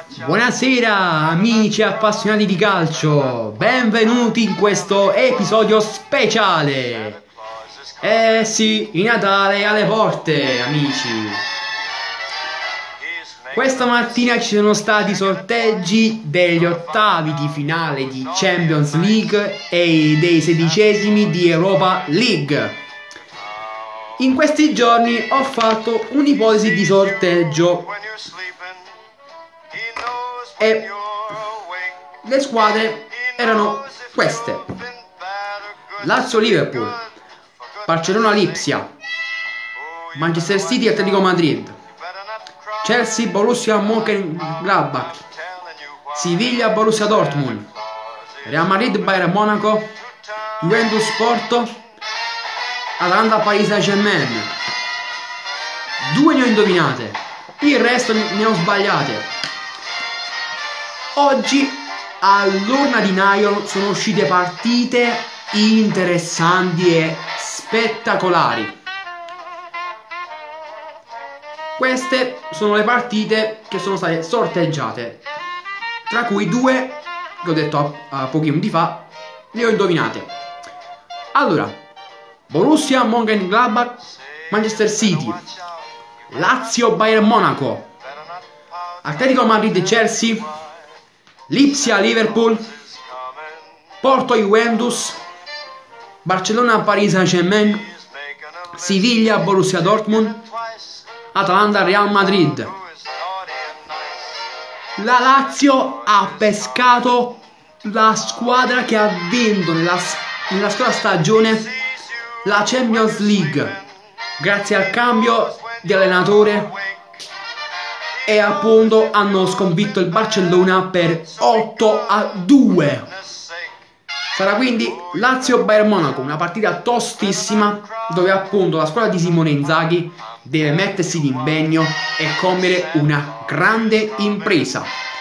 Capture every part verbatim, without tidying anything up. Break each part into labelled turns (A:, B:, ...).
A: Buonasera amici appassionati di calcio, benvenuti in questo episodio speciale. Eh sì, il Natale è alle porte, amici. Questa mattina ci sono stati sorteggi degli ottavi di finale di Champions League e dei sedicesimi di Europa League. In questi giorni ho fatto un'ipotesi di sorteggio e le squadre erano queste: Lazio-Liverpool, Barcellona-Lipsia, Manchester City-Atletico Madrid, Chelsea-Borussia Mönchengladbach, Siviglia-Borussia Dortmund, Real Madrid-Bayern Monaco, Juventus-Porto, Atalanta-Paris Saint-Germain. Due ne ho indovinate, il resto ne ho sbagliate. Oggi all'urna di nylon sono uscite partite interessanti e spettacolari. Queste sono le partite che sono state sorteggiate, tra cui due che ho detto a, a pochi minuti fa le ho indovinate. Allora, Borussia Mönchengladbach Manchester City, Lazio Bayern Monaco, Atletico Madrid Chelsea, Lipsia Liverpool, Porto Juventus, Barcellona Paris Saint-Germain, Siviglia Borussia Dortmund, Atalanta Real Madrid. La Lazio ha pescato la squadra che ha vinto nella, nella scorsa stagione la Champions League grazie al cambio di allenatore, e appunto hanno sconfitto il Barcellona per otto a due. Sarà quindi Lazio-Bayern Monaco, una partita tostissima dove appunto la squadra di Simone Inzaghi deve mettersi d'impegno e compiere una grande impresa.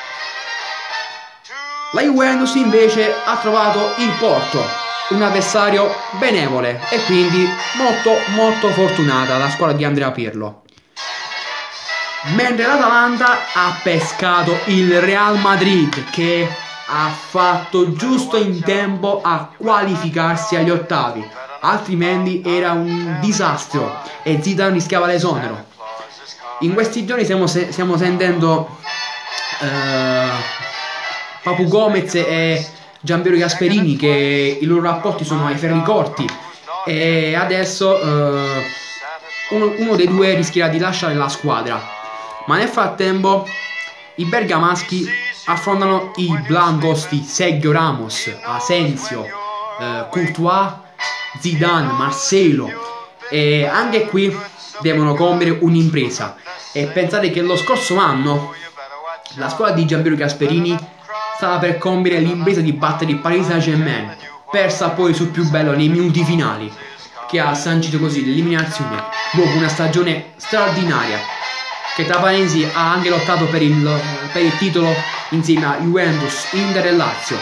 A: La Juventus invece ha trovato il Porto, un avversario benevole, e quindi molto molto fortunata la squadra di Andrea Pirlo. Mentre l'Atalanta ha pescato il Real Madrid, che ha fatto giusto in tempo a qualificarsi agli ottavi, altrimenti era un disastro e Zidane rischiava l'esonero. In questi giorni stiamo, se stiamo sentendo eh, Papu Gomez e Giampiero Gasperini che i loro rapporti sono ai ferri corti, e adesso eh, uno, uno dei due rischierà di lasciare la squadra. Ma nel frattempo i bergamaschi affrontano i blancos di Sergio Ramos, Asensio, eh, Courtois, Zidane, Marcelo, e anche qui devono compiere un'impresa. E pensate che lo scorso anno la squadra di Giampiero Gasperini stava per compiere l'impresa di battere il Paris Saint-Germain, persa poi sul più bello nei minuti finali, che ha sancito così l'eliminazione dopo una stagione straordinaria, che tra parentesi ha anche lottato per il, per il titolo insieme a Juventus, Inter e Lazio.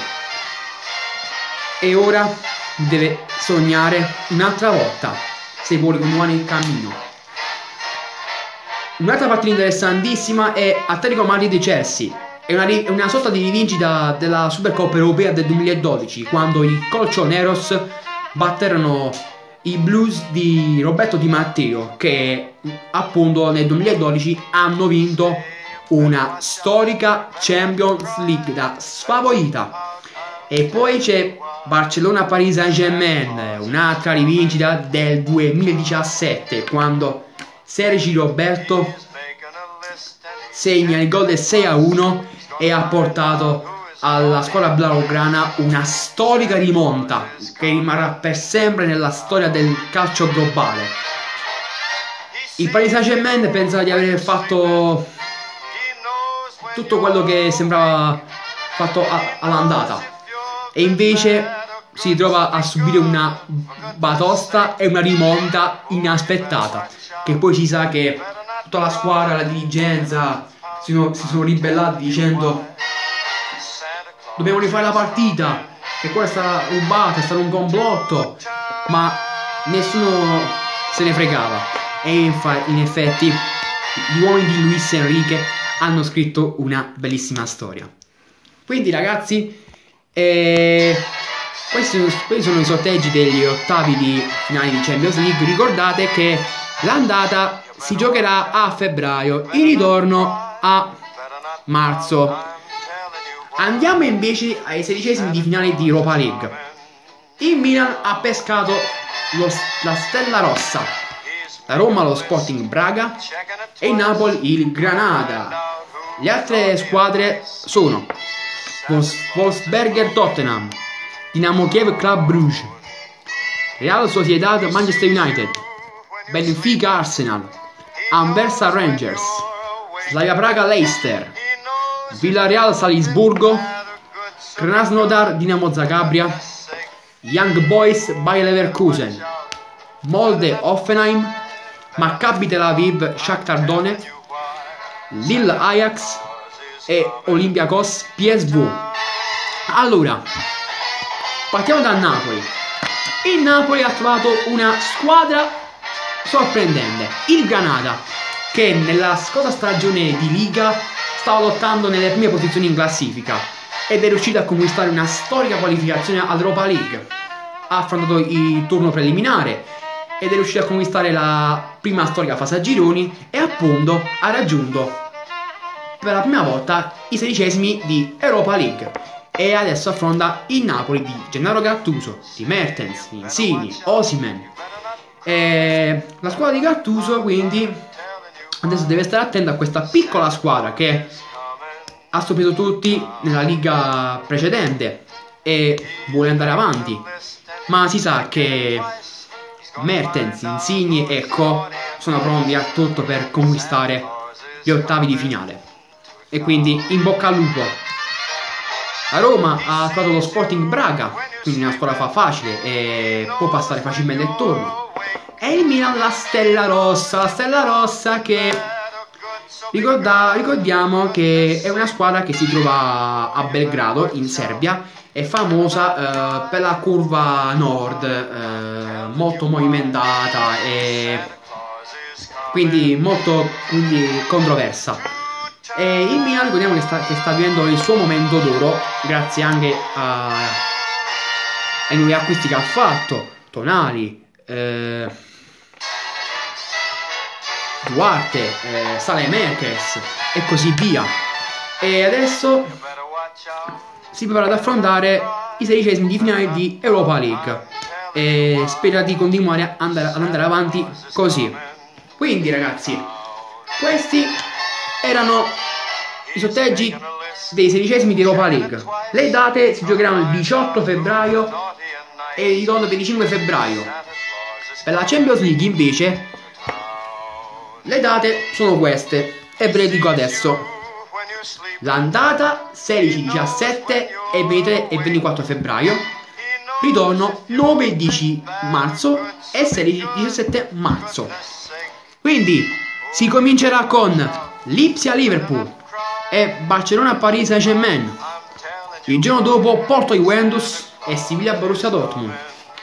A: E ora deve sognare un'altra volta se vuole continuare il cammino. Un'altra partita interessantissima è Atletico Madrid-Chelsea. È una, è una sorta di rivincita della Supercoppa Europea del duemiladodici, quando i Colchoneros batterono i Blues di Roberto Di Matteo, che appunto nel duemiladodici hanno vinto una storica Champions League da sfavorita. E poi c'è Barcellona-Paris Saint-Germain, un'altra rivincita del duemiladiciassette, quando Sergi Roberto segna il gol del sei a uno e ha portato alla squadra blaugrana una storica rimonta che rimarrà per sempre nella storia del calcio globale. Il Paris Saint-Germain pensa di aver fatto tutto quello che sembrava fatto all'andata, e invece si trova a subire una batosta e una rimonta inaspettata, che poi si sa che tutta la squadra, la dirigenza si sono, si sono ribellati dicendo: dobbiamo rifare la partita, che quella è stata rubata, è stato un complotto, ma nessuno se ne fregava. E in effetti gli uomini di Luis Enrique hanno scritto una bellissima storia. Quindi ragazzi, eh, questi, sono, questi sono i sorteggi degli ottavi di finale di Champions League. Ricordate che l'andata si giocherà a febbraio, il ritorno a marzo. Andiamo invece ai sedicesimi di finale di Europa League. Il Milan ha pescato lo, la Stella Rossa, la Roma lo Sporting Braga e il Napoli il Granada. Le altre squadre sono Wolfsberger Tottenham, Dinamo Kiev Club Brugge, Real Sociedad Manchester United, Benfica Arsenal, Anversa Rangers, Slavia Praga Leicester, Villarreal Salisburgo, Krasnodar Dinamo Zagabria, Young Boys Bayer Leverkusen, Molde Hoffenheim, Maccabi Tel Aviv Shakhtar Donetsk, Lille Ajax e Olympiacos P S V. Allora, partiamo dal Napoli. Il Napoli ha trovato una squadra sorprendente, il Granada, che nella scorsa stagione di Liga stava lottando nelle prime posizioni in classifica ed è riuscito a conquistare una storica qualificazione all'Europa League. Ha affrontato il turno preliminare ed è riuscito a conquistare la prima storica fase a gironi e appunto ha raggiunto per la prima volta i sedicesimi di Europa League e adesso affronta il Napoli di Gennaro Gattuso, di Mertens, Insigne, Osimhen. E la squadra di Gattuso quindi adesso deve stare attento a questa piccola squadra che ha stupito tutti nella liga precedente e vuole andare avanti, ma si sa che Mertens, Insigne e Co sono pronti a tutto per conquistare gli ottavi di finale. E quindi in bocca al lupo. La Roma ha trovato lo Sporting Braga, quindi una squadra fa facile e può passare facilmente il turno. E il Milan la Stella Rossa, la Stella Rossa che ricorda, ricordiamo che è una squadra che si trova a Belgrado in Serbia, è famosa eh, per la curva nord, eh, molto movimentata e quindi molto quindi controversa. E il Milan ricordiamo che sta, che sta vivendo il suo momento d'oro grazie anche a, ai nuovi acquisti che ha fatto, Tonali, eh, Duarte, eh, Saelemaekers e così via. E adesso si prepara ad affrontare i sedicesimi di finale di Europa League e spera di continuare ad andare, ad andare avanti così. Quindi ragazzi, questi erano i sorteggi dei sedicesimi di Europa League. Le date si giocheranno il diciotto febbraio e il ritorno venticinque febbraio. Per la Champions League invece le date sono queste e ve le dico adesso. L'andata sedici, diciassette e ventitré e ventiquattro febbraio, ritorno nove e dieci marzo e sedici e diciassette marzo. Quindi si comincerà con Lipsia Liverpool e Barcellona Paris Saint-Germain. Il giorno dopo Porto Juventus e Siviglia Borussia Dortmund.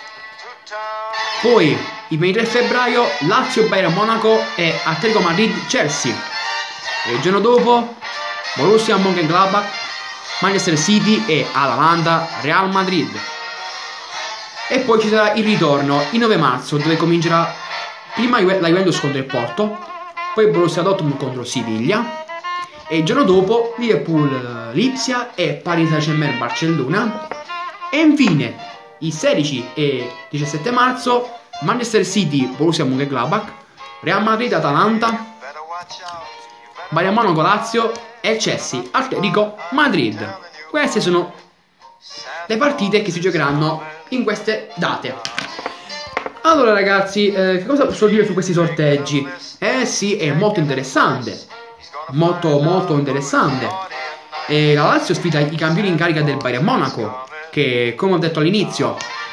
A: Poi il ventitré febbraio Lazio Bayern Monaco e Atletico Madrid Chelsea. E il giorno dopo Borussia Mönchengladbach, Manchester City e Atalanta Real Madrid. E poi ci sarà il ritorno il nove marzo, dove comincerà prima la Juventus contro il Porto, poi Borussia Dortmund contro Siviglia e il giorno dopo Liverpool Lipsia e Paris Saint-Germain Barcellona. E infine il sedici e diciassette marzo Manchester City Borussia Mönchengladbach, Real Madrid Atalanta, Bayern Monaco Lazio e Chelsea Atletico Madrid. Queste sono le partite che si giocheranno in queste date. Allora ragazzi, eh, che cosa posso dire su questi sorteggi? Eh sì, è molto interessante, molto molto interessante. E la Lazio sfida i campioni in carica del Bayern Monaco, che come ho detto all'inizio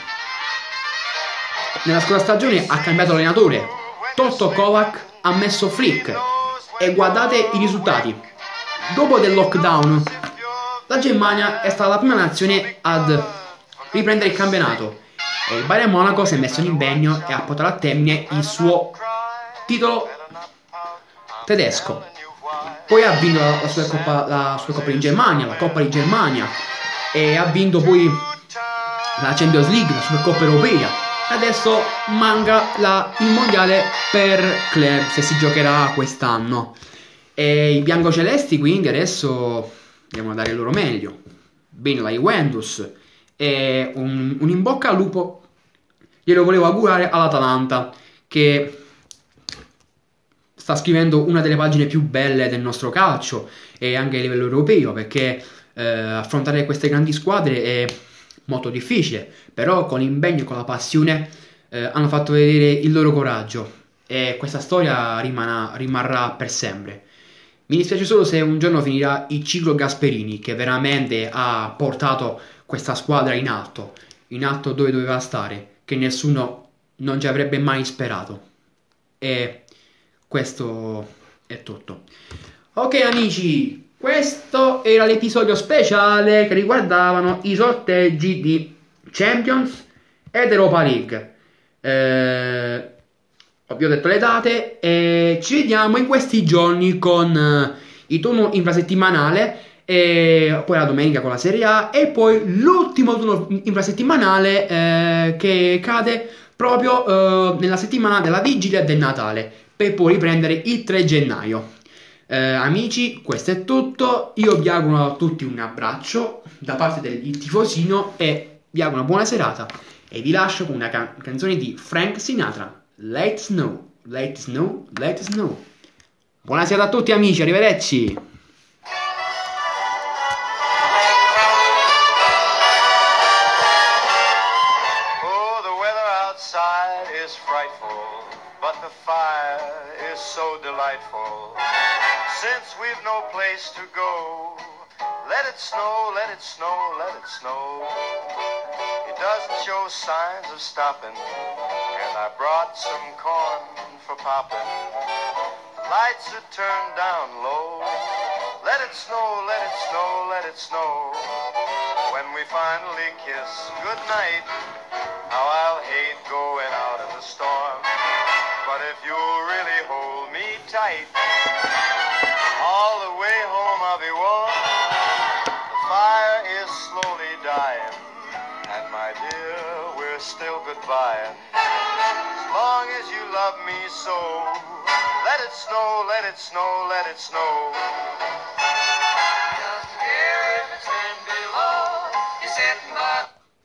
A: nella scorsa stagione ha cambiato allenatore. Toto Kovac ha messo Flick e guardate i risultati. Dopo del lockdown la Germania è stata la prima nazione ad riprendere il campionato e il Bayern Monaco si è messo in impegno e ha portato a termine il suo titolo tedesco. poi ha vinto la, la, Supercoppa, la Supercoppa di Germania, la Coppa di Germania, e ha vinto poi la Champions League, la Supercoppa europea. Adesso manca la, il mondiale per club, se si giocherà quest'anno. E i biancocelesti quindi adesso devono dare il loro meglio. Bene la Juventus, e un, un in bocca al lupo glielo volevo augurare all'Atalanta, che sta scrivendo una delle pagine più belle del nostro calcio e anche a livello europeo, perché eh, affrontare queste grandi squadre è molto difficile, però con l'impegno e con la passione eh, hanno fatto vedere il loro coraggio, e questa storia rimarrà, rimarrà per sempre. Mi dispiace solo se un giorno finirà il ciclo Gasperini, che veramente ha portato questa squadra in alto, in alto dove doveva stare, che nessuno non ci avrebbe mai sperato. E questo è tutto. Ok amici, questo era l'episodio speciale che riguardavano i sorteggi di Champions ed Europa League. Eh, vi ho detto le date e ci vediamo in questi giorni con eh, il turno infrasettimanale, e poi la domenica con la Serie A, e poi l'ultimo turno infrasettimanale eh, che cade proprio eh, nella settimana della vigilia del Natale, per poi riprendere il tre gennaio. Eh, amici, questo è tutto. Io vi auguro a tutti un abbraccio da parte del tifosino e vi auguro una buona serata, e vi lascio con una can- canzone di Frank Sinatra, Let Snow, Let Snow, Let Snow. Buona serata a tutti amici, arrivederci.
B: Oh, the weather outside is frightful, but the fire is so delightful. Since we've no place to go, let it snow, let it snow, let it snow. It doesn't show signs of stopping, and I brought some corn for popping. Lights are turned down low. Let it snow, let it snow, let it snow. When we finally kiss goodnight, how I'll hate going out in the storm. But if you'll really hold me tight, all the way home I'll be warm. The fire is slowly dying, and my dear, we're still goodbying. As long as you love me so, let it snow, let it snow, let it snow. Just here in the ten below.